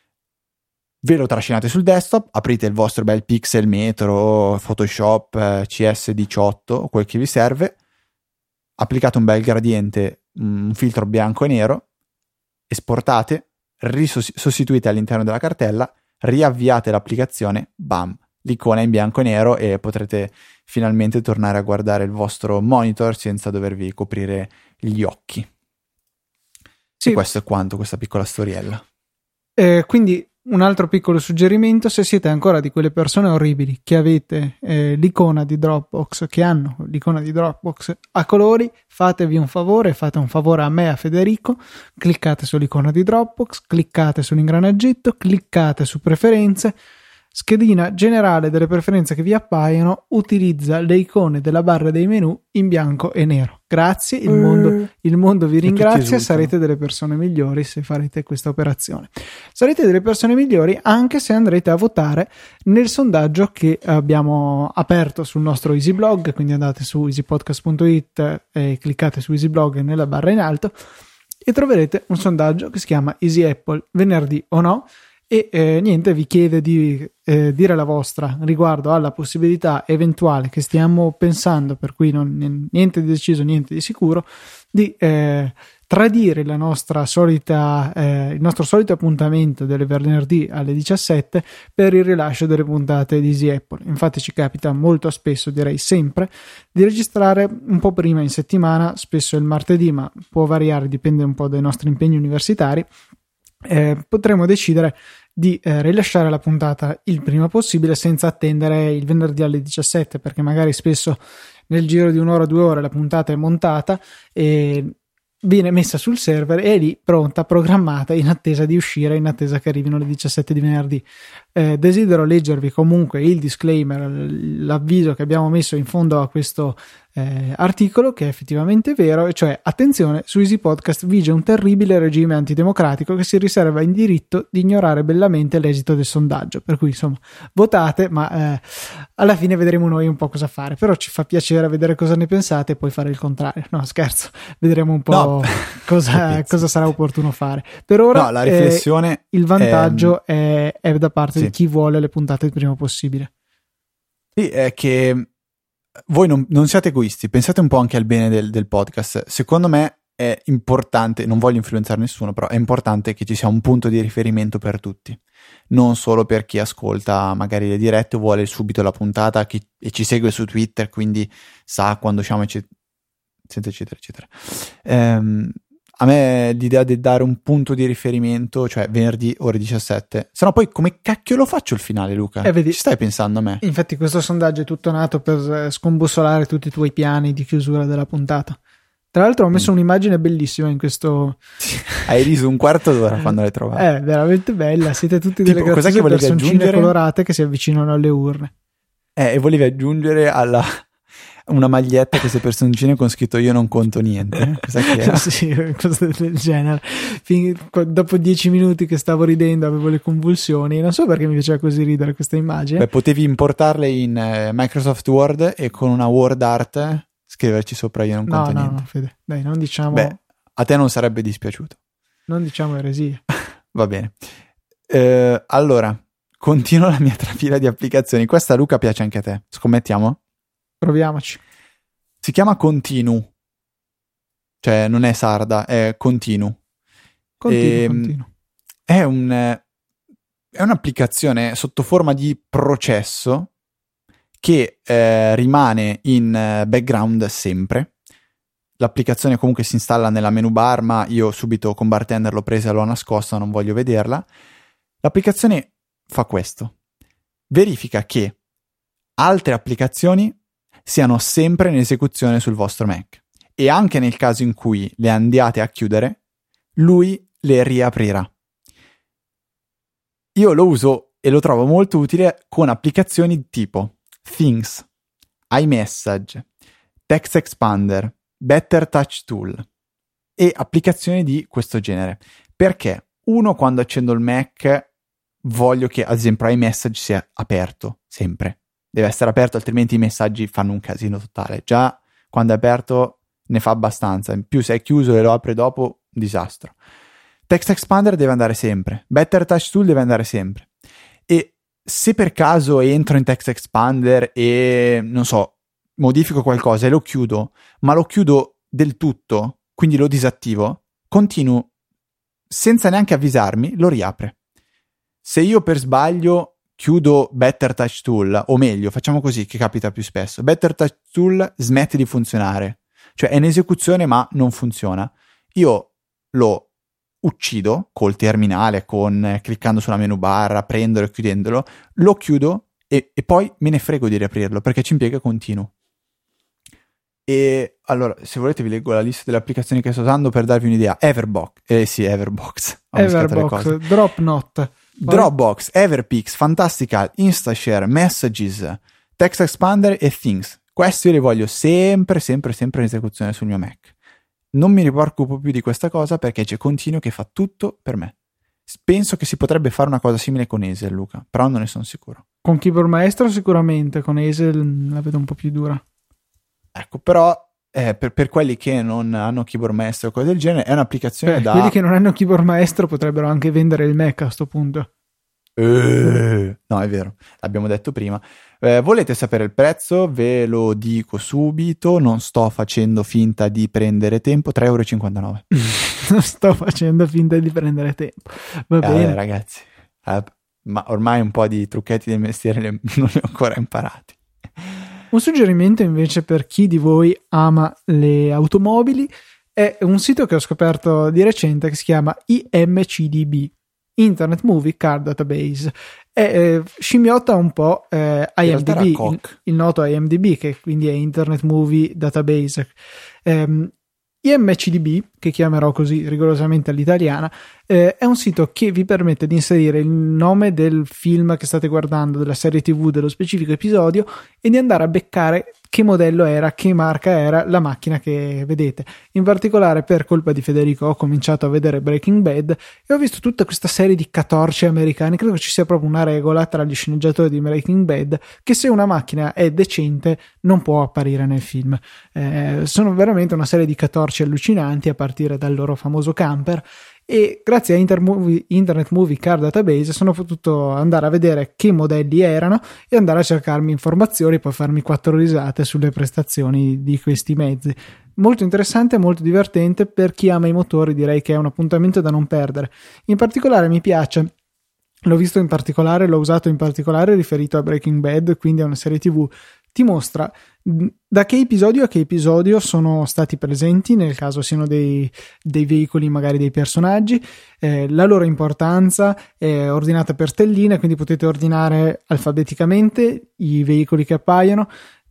ve lo trascinate sul desktop, aprite il vostro bel Pixel, Metro, Photoshop, eh, C S diciotto, quel che vi serve, applicate un bel gradiente, un filtro bianco e nero, esportate, risostituite all'interno della cartella, riavviate l'applicazione, bam, l'icona è in bianco e nero e potrete finalmente tornare a guardare il vostro monitor senza dovervi coprire gli occhi. Sì. E questo è quanto, questa piccola storiella. Eh, quindi un altro piccolo suggerimento: se siete ancora di quelle persone orribili che avete eh, l'icona di Dropbox, che hanno l'icona di Dropbox a colori, fatevi un favore, fate un favore a me e a Federico, cliccate sull'icona di Dropbox, cliccate sull'ingranaggetto, cliccate su preferenze, schedina generale delle preferenze che vi appaiono, utilizza le icone della barra dei menu in bianco e nero. Grazie, il mondo, il mondo vi ringrazia, sarete delle persone migliori se farete questa operazione. Sarete delle persone migliori anche se andrete a votare nel sondaggio che abbiamo aperto sul nostro EasyBlog, quindi andate su easypodcast punto it e cliccate su EasyBlog nella barra in alto e troverete un sondaggio che si chiama Easy Apple, venerdì o no? E eh, niente, vi chiede di eh, dire la vostra riguardo alla possibilità eventuale che stiamo pensando, per cui non, niente di deciso, niente di sicuro, di eh, tradire la nostra solita, eh, il nostro solito appuntamento del venerdì alle diciassette per il rilascio delle puntate di Easy Apple. Infatti ci capita molto spesso, direi sempre, di registrare un po' prima in settimana, spesso il martedì, ma può variare, dipende un po' dai nostri impegni universitari. Eh, potremo decidere di eh, rilasciare la puntata il prima possibile senza attendere il venerdì alle diciassette, perché magari spesso nel giro di un'ora o due ore la puntata è montata e viene messa sul server e è lì pronta, programmata, in attesa di uscire, in attesa che arrivino le diciassette di venerdì. Eh, desidero leggervi comunque il disclaimer, l'avviso che abbiamo messo in fondo a questo eh, articolo, che è effettivamente vero, e cioè: attenzione, su Easy Podcast vige un terribile regime antidemocratico che si riserva il diritto di ignorare bellamente l'esito del sondaggio, per cui insomma votate, ma eh, alla fine vedremo noi un po' cosa fare, però ci fa piacere vedere cosa ne pensate e poi fare il contrario. No, scherzo, vedremo un po' no. cosa, cosa sarà opportuno fare. Per ora no, la riflessione eh, il vantaggio è, è da parte sì. di chi vuole le puntate il prima possibile. Sì, è che voi non, non siate egoisti, pensate un po' anche al bene del, del podcast. Secondo me è importante, non voglio influenzare nessuno, però è importante che ci sia un punto di riferimento per tutti, non solo per chi ascolta magari le dirette o vuole subito la puntata chi, e ci segue su Twitter, quindi sa quando usciamo eccetera eccetera eccetera. Ehm, a me l'idea di dare un punto di riferimento, cioè venerdì ore diciassette, se no poi come cacchio lo faccio il finale, Luca? Eh, vedi, ci stai pensando a me? Infatti questo sondaggio è tutto nato per scombussolare tutti i tuoi piani di chiusura della puntata. Tra l'altro ho messo mm. un'immagine bellissima in questo. Hai riso un quarto d'ora quando l'hai trovata. È veramente bella, siete tutti delle tipo, graziose personcine aggiungere? colorate che si avvicinano alle urne. Eh, e volevi aggiungere alla una maglietta che sei personcine con scritto io non conto niente. Cosa che era? Sì, cosa del genere. Fin, dopo dieci minuti che stavo ridendo avevo le convulsioni, non so perché mi piaceva così ridere questa immagine. Beh, potevi importarle in eh, Microsoft Word e con una word art scriverci sopra io non no, conto no, niente. No, Fede, dai, non diciamo... Beh, a te non sarebbe dispiaciuto. Non diciamo eresie. Va bene. Eh, allora, continuo la mia trafila di applicazioni. Questa, Luca, piace anche a te. Scommettiamo? Proviamoci. Si chiama Continu. Cioè, non è sarda, è Continu. Continu, E, continu. È, un, è un'applicazione sotto forma di processo che eh, rimane in background sempre. L'applicazione comunque si installa nella menu bar, ma io subito con Bartender l'ho presa e l'ho nascosta, non voglio vederla. L'applicazione fa questo. Verifica che altre applicazioni siano sempre in esecuzione sul vostro Mac e anche nel caso in cui le andiate a chiudere, lui le riaprirà. Io lo uso e lo trovo molto utile con applicazioni tipo Things, iMessage, Text Expander, Better Touch Tool e applicazioni di questo genere. Perché? Uno, quando accendo il Mac voglio che ad esempio iMessage sia aperto sempre. Deve essere aperto, altrimenti i messaggi fanno un casino totale. Già quando è aperto ne fa abbastanza. In più se è chiuso e lo apre dopo, disastro. Text Expander deve andare sempre. Better Touch Tool deve andare sempre. E se per caso entro in Text Expander e, non so, modifico qualcosa e lo chiudo, ma lo chiudo del tutto, quindi lo disattivo, continuo, senza neanche avvisarmi, lo riapre. Se io per sbaglio chiudo Better Touch Tool, o meglio, facciamo così, che capita più spesso, Better Touch Tool smette di funzionare, cioè è in esecuzione ma non funziona, io lo uccido col terminale, con eh, cliccando sulla menu bar, aprendolo e chiudendolo, lo chiudo e, e poi me ne frego di riaprirlo perché ci impiega continuo. E allora, se volete vi leggo la lista delle applicazioni che sto usando per darvi un'idea. Everbox, eh sì, Everbox. Everbox, Dropnote. Dropbox, Everpix, Fantastical, Instashare, Messages, Text Expander e Things. Questi io li voglio sempre, sempre, sempre in esecuzione sul mio Mac. Non mi preoccupo più di questa cosa perché c'è Continuo che fa tutto per me. Penso che si potrebbe fare una cosa simile con Hazel, Luca, però non ne sono sicuro. Con Keyboard Maestro sicuramente, con Hazel la vedo un po' più dura. Ecco, però eh, per, per quelli che non hanno Keyboard Maestro o cose del genere è un'applicazione Beh, da... quelli che non hanno Keyboard Maestro potrebbero anche vendere il Mac a sto punto. Eh, no, è vero, l'abbiamo detto prima. Eh, volete sapere il prezzo? Ve lo dico subito, non sto facendo finta di prendere tempo, tre euro e cinquantanove. Non sto facendo finta di prendere tempo. Va eh, bene. Ragazzi, eh, ma ormai un po' di trucchetti del mestiere li, non li ho ancora imparati. Un suggerimento invece per chi di voi ama le automobili è un sito che ho scoperto di recente che si chiama I M C D B, Internet Movie Car Database. E, eh, scimmiotta un po' eh, I M D B, il, il noto I M D B, che quindi è Internet Movie Database. Um, I M C D B, che chiamerò così rigorosamente all'italiana, eh, è un sito che vi permette di inserire il nome del film che state guardando, della serie tv, dello specifico episodio e di andare a beccare che modello era, che marca era la macchina che vedete. In particolare, per colpa di Federico, ho cominciato a vedere Breaking Bad e ho visto tutta questa serie di catorci americani. Credo che ci sia proprio una regola tra gli sceneggiatori di Breaking Bad che se una macchina è decente non può apparire nel film. Eh, sono veramente una serie di catorci allucinanti a partire dal loro famoso camper. E grazie a Intermovie, Internet Movie Car Database sono potuto andare a vedere che modelli erano e andare a cercarmi informazioni e poi farmi quattro risate sulle prestazioni di questi mezzi. Molto interessante, molto divertente. Per chi ama i motori direi che è un appuntamento da non perdere. In particolare mi piace, l'ho visto in particolare, l'ho usato in particolare riferito a Breaking Bad, quindi a una serie tv. Ti mostra da che episodio a che episodio sono stati presenti, nel caso siano dei, dei veicoli, magari dei personaggi, eh, la loro importanza è ordinata per stelline, quindi potete ordinare alfabeticamente i veicoli che appaiono.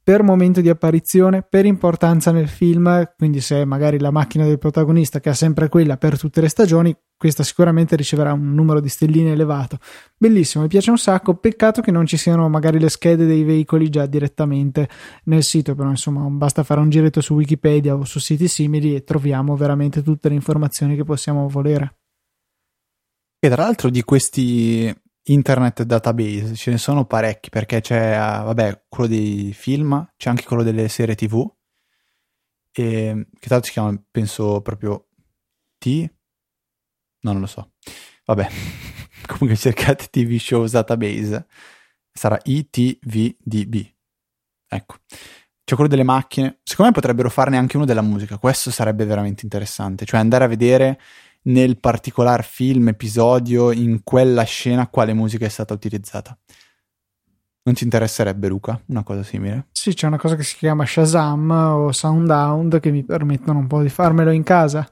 per momento di apparizione, per importanza nel film, quindi se magari la macchina del protagonista che ha sempre quella per tutte le stagioni, questa sicuramente riceverà un numero di stelline elevato. Bellissimo, mi piace un sacco, peccato che non ci siano magari le schede dei veicoli già direttamente nel sito, però insomma basta fare un giretto su Wikipedia o su siti simili e troviamo veramente tutte le informazioni che possiamo volere. E tra l'altro di questi internet database ce ne sono parecchi, perché c'è, vabbè, quello dei film, c'è anche quello delle serie tv, e che tra l'altro si chiama, penso, proprio T... no, non lo so. Vabbè, comunque cercate T V Shows Database, sarà I T V D B. Ecco. C'è quello delle macchine. Secondo me potrebbero farne anche uno della musica. Questo sarebbe veramente interessante. Cioè andare a vedere nel particolar film, episodio, in quella scena, quale musica è stata utilizzata. Non ti interesserebbe, Luca, una cosa simile? Sì, c'è una cosa che si chiama Shazam o Soundhound che mi permettono un po' di farmelo in casa.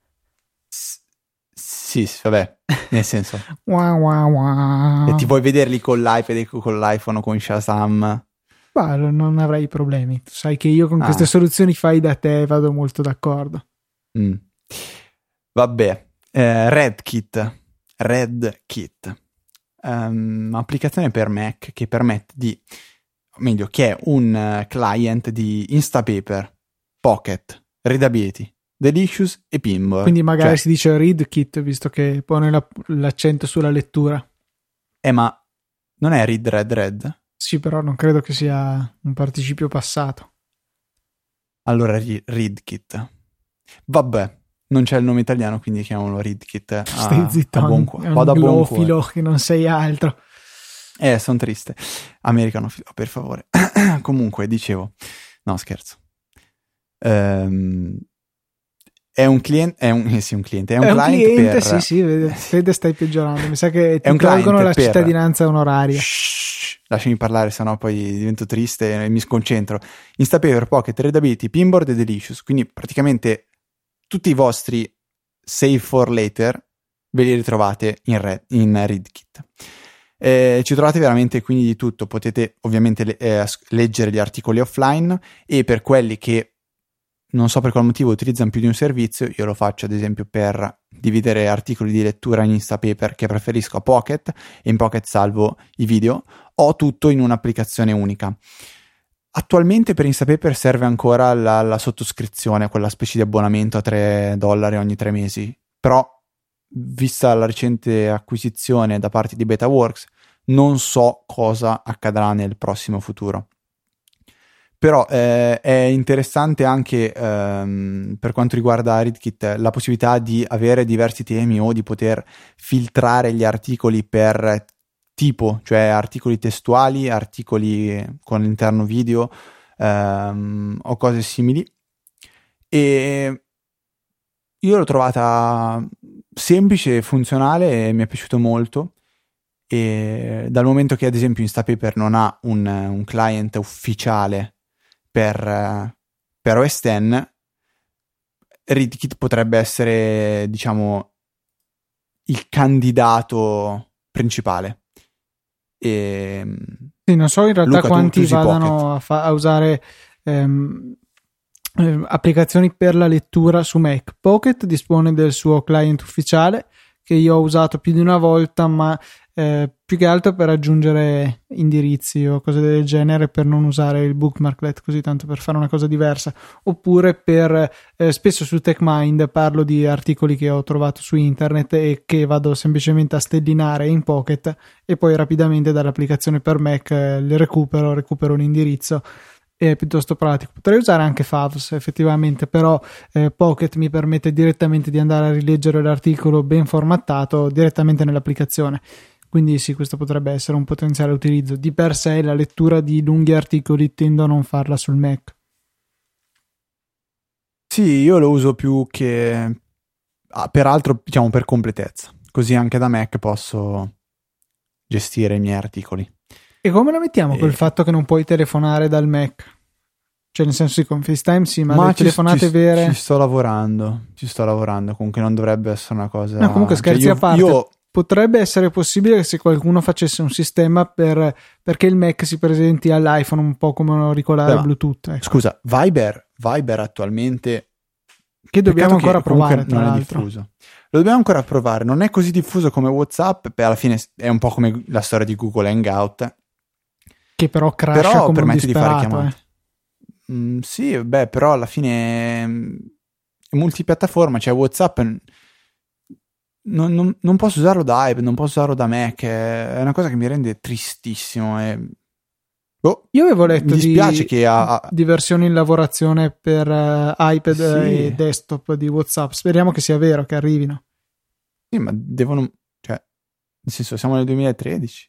Sì, vabbè, nel senso. Wow, wow, wow. E ti vuoi vederli con l'iPad e con l'iPhone o con Shazam? Bah, non avrei problemi. Tu sai che io con ah. queste soluzioni fai da te vado molto d'accordo. Mm. Vabbè, eh, RedKit. RedKit. Um, applicazione per Mac che permette di, meglio, che è un uh, client di Instapaper, Pocket, Readability, Delicious e Pinboard. Quindi magari cioè, si dice ReadKit visto che pone la, l'accento sulla lettura. Eh, ma non è Read Red Red? Sì, però non credo che sia un participio passato. Allora ReadKit. Vabbè, non c'è il nome italiano, quindi chiamiamolo ReadKit. A, Stai zitto, a buon cuore. È un glofilo che non sei altro. Eh, sono triste. Americanofilo, per favore. Comunque, dicevo, no, scherzo. Ehm... È un cliente, è un, eh sì, un cliente, è un, è un client cliente, per... sì, sì, vede, vede, stai peggiorando. Mi sa che ti è un tolgono la per... cittadinanza onoraria. Shhh, lasciami parlare, sennò poi divento triste e mi sconcentro. Instapaper, Pocket, Readability, Pinboard e Delicious. Quindi praticamente tutti i vostri save for later ve li ritrovate in, Red, in ReadKit. Eh, ci trovate veramente quindi di tutto. Potete ovviamente le, eh, leggere gli articoli offline, e per quelli che non so per quale motivo utilizzano più di un servizio, io lo faccio ad esempio per dividere articoli di lettura in Instapaper, che preferisco a Pocket, e in Pocket salvo i video, ho tutto in un'applicazione unica. Attualmente per Instapaper serve ancora la, la sottoscrizione, quella specie di abbonamento a tre dollari ogni tre mesi, però vista la recente acquisizione da parte di BetaWorks non so cosa accadrà nel prossimo futuro. Però eh, è interessante anche ehm, per quanto riguarda ReadKit la possibilità di avere diversi temi o di poter filtrare gli articoli per tipo, cioè articoli testuali, articoli con all'interno video ehm, o cose simili. E io l'ho trovata semplice, funzionale e mi è piaciuto molto. E dal momento che ad esempio Instapaper non ha un, un client ufficiale Per, per O S X, ReadKit potrebbe essere, diciamo, il candidato principale. E sì, non so in realtà Luca, quanti tu, tu vadano a, fa- a usare ehm, eh, applicazioni per la lettura su Mac. Pocket dispone del suo client ufficiale che io ho usato più di una volta, ma eh, più che altro per aggiungere indirizzi o cose del genere, per non usare il bookmarklet, così tanto per fare una cosa diversa, oppure per eh, spesso su TechMind parlo di articoli che ho trovato su internet e che vado semplicemente a stellinare in Pocket e poi rapidamente dall'applicazione per Mac eh, le recupero, recupero un indirizzo. È piuttosto pratico. Potrei usare anche Favs effettivamente, però eh, Pocket mi permette direttamente di andare a rileggere l'articolo ben formattato direttamente nell'applicazione, quindi sì, questo potrebbe essere un potenziale utilizzo. Di per sé la lettura di lunghi articoli tendo a non farla sul Mac. Sì, io lo uso più che ah, peraltro diciamo per completezza, così anche da Mac posso gestire i miei articoli. E come lo mettiamo e... col fatto che non puoi telefonare dal Mac? Cioè nel senso sì, con FaceTime sì, ma, ma le ci, telefonate ci, vere... Ci sto lavorando, ci sto lavorando, comunque non dovrebbe essere una cosa... No, comunque scherzi cioè io, a parte, io... potrebbe essere possibile che se qualcuno facesse un sistema per, perché il Mac si presenti all'iPhone un po' come un auricolare Beh, Bluetooth. Ecco. Scusa, Viber, Viber attualmente... Che dobbiamo ancora che provare, tra non l'altro. È diffuso. Lo dobbiamo ancora provare, non è così diffuso come WhatsApp, beh, alla fine è un po' come la storia di Google Hangout. Che però crasha però come un permette di fare disperato. chiamate. Eh. Mm, sì, beh, però alla fine è multipiattaforma, cioè WhatsApp non, non, non posso usarlo da iPad, non posso usarlo da Mac, è una cosa che mi rende tristissimo. E... Oh, Io avevo letto mi dispiace di, che ha... di versioni in lavorazione per uh, iPad sì. e desktop di WhatsApp. Speriamo che sia vero, che arrivino. Sì, ma devono... cioè, nel senso, siamo nel duemilatredici.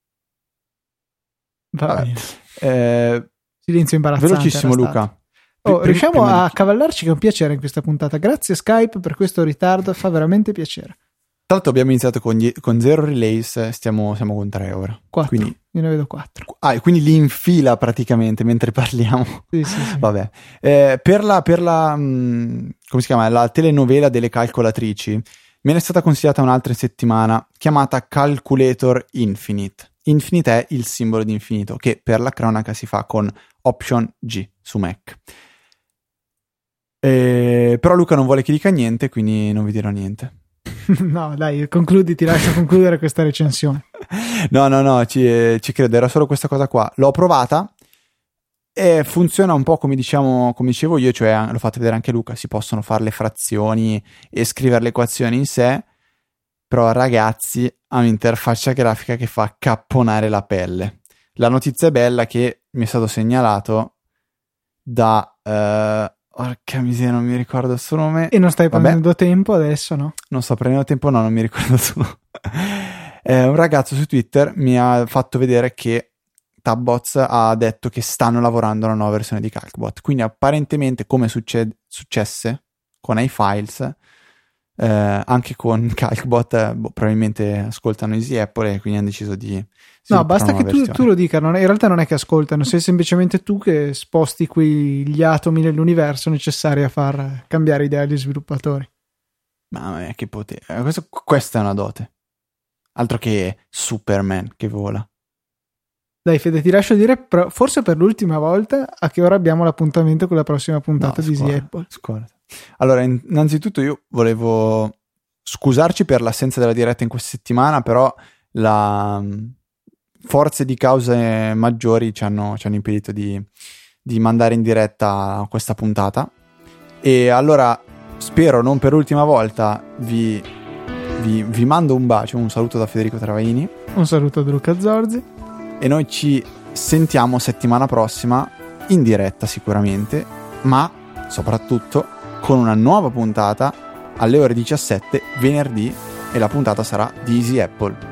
Vabbè. Eh, Silenzio imbarazzante. velocissimo, Luca. Oh, Pr- riusciamo prima a di... cavallarci con piacere in questa puntata. Grazie Skype per questo ritardo, fa veramente piacere. Tra l'altro abbiamo iniziato con, gli, con zero relays, stiamo, siamo con tre ora. Quattro, quindi, io ne vedo quattro. Ah, quindi li infila praticamente mentre parliamo. Sì, sì, sì. Vabbè. Eh, per la, per la mh, come si chiama? La telenovela delle calcolatrici, me ne è stata consigliata un'altra settimana chiamata Calculator Infinite. Infinite è il simbolo di infinito, che per la cronaca si fa con Option G su Mac. Eh, però Luca non vuole che dica niente, quindi non vi dirò niente. No, dai, concludi, ti lascio concludere questa recensione. No, no, no, ci, ci credo, era solo questa cosa qua. L'ho provata e funziona un po' come diciamo, come dicevo io, cioè l'ho fatto vedere anche Luca, si possono fare le frazioni e scrivere le equazioni in sé, però ragazzi ha un'interfaccia grafica che fa capponare la pelle. La notizia è bella che mi è stato segnalato da... Uh, Porca miseria, non mi ricordo il suo nome. E non stai Vabbè. prendendo tempo adesso, no? Non sto prendendo tempo, no, non mi ricordo il suo nome. Eh, un ragazzo su Twitter mi ha fatto vedere che Tabbots ha detto che stanno lavorando a una nuova versione di Calcbot. Quindi apparentemente, come succe- successe con iFiles, eh, anche con Calcbot eh, boh, probabilmente ascoltano Easy Apple e quindi hanno deciso di... No, basta che tu, tu lo dica, non è, in realtà non è che ascoltano, sei semplicemente tu che sposti quegli atomi nell'universo necessari a far cambiare idea agli sviluppatori. Ma che potere, questo, questa è una dote, altro che Superman che vola. Dai Fede, ti lascio dire, però, forse per l'ultima volta, a che ora abbiamo l'appuntamento con la prossima puntata no, di scuola, Easy Apple. Scuola. Allora, innanzitutto io volevo scusarci per l'assenza della diretta in questa settimana, però la... forze di cause maggiori ci hanno, ci hanno impedito di, di mandare in diretta questa puntata e allora spero non per l'ultima volta vi, vi, vi mando un bacio, un saluto da Federico Travaini, un saluto da Luca Zorzi e noi ci sentiamo settimana prossima in diretta sicuramente, ma soprattutto con una nuova puntata alle ore diciassette venerdì e la puntata sarà di Easy Apple.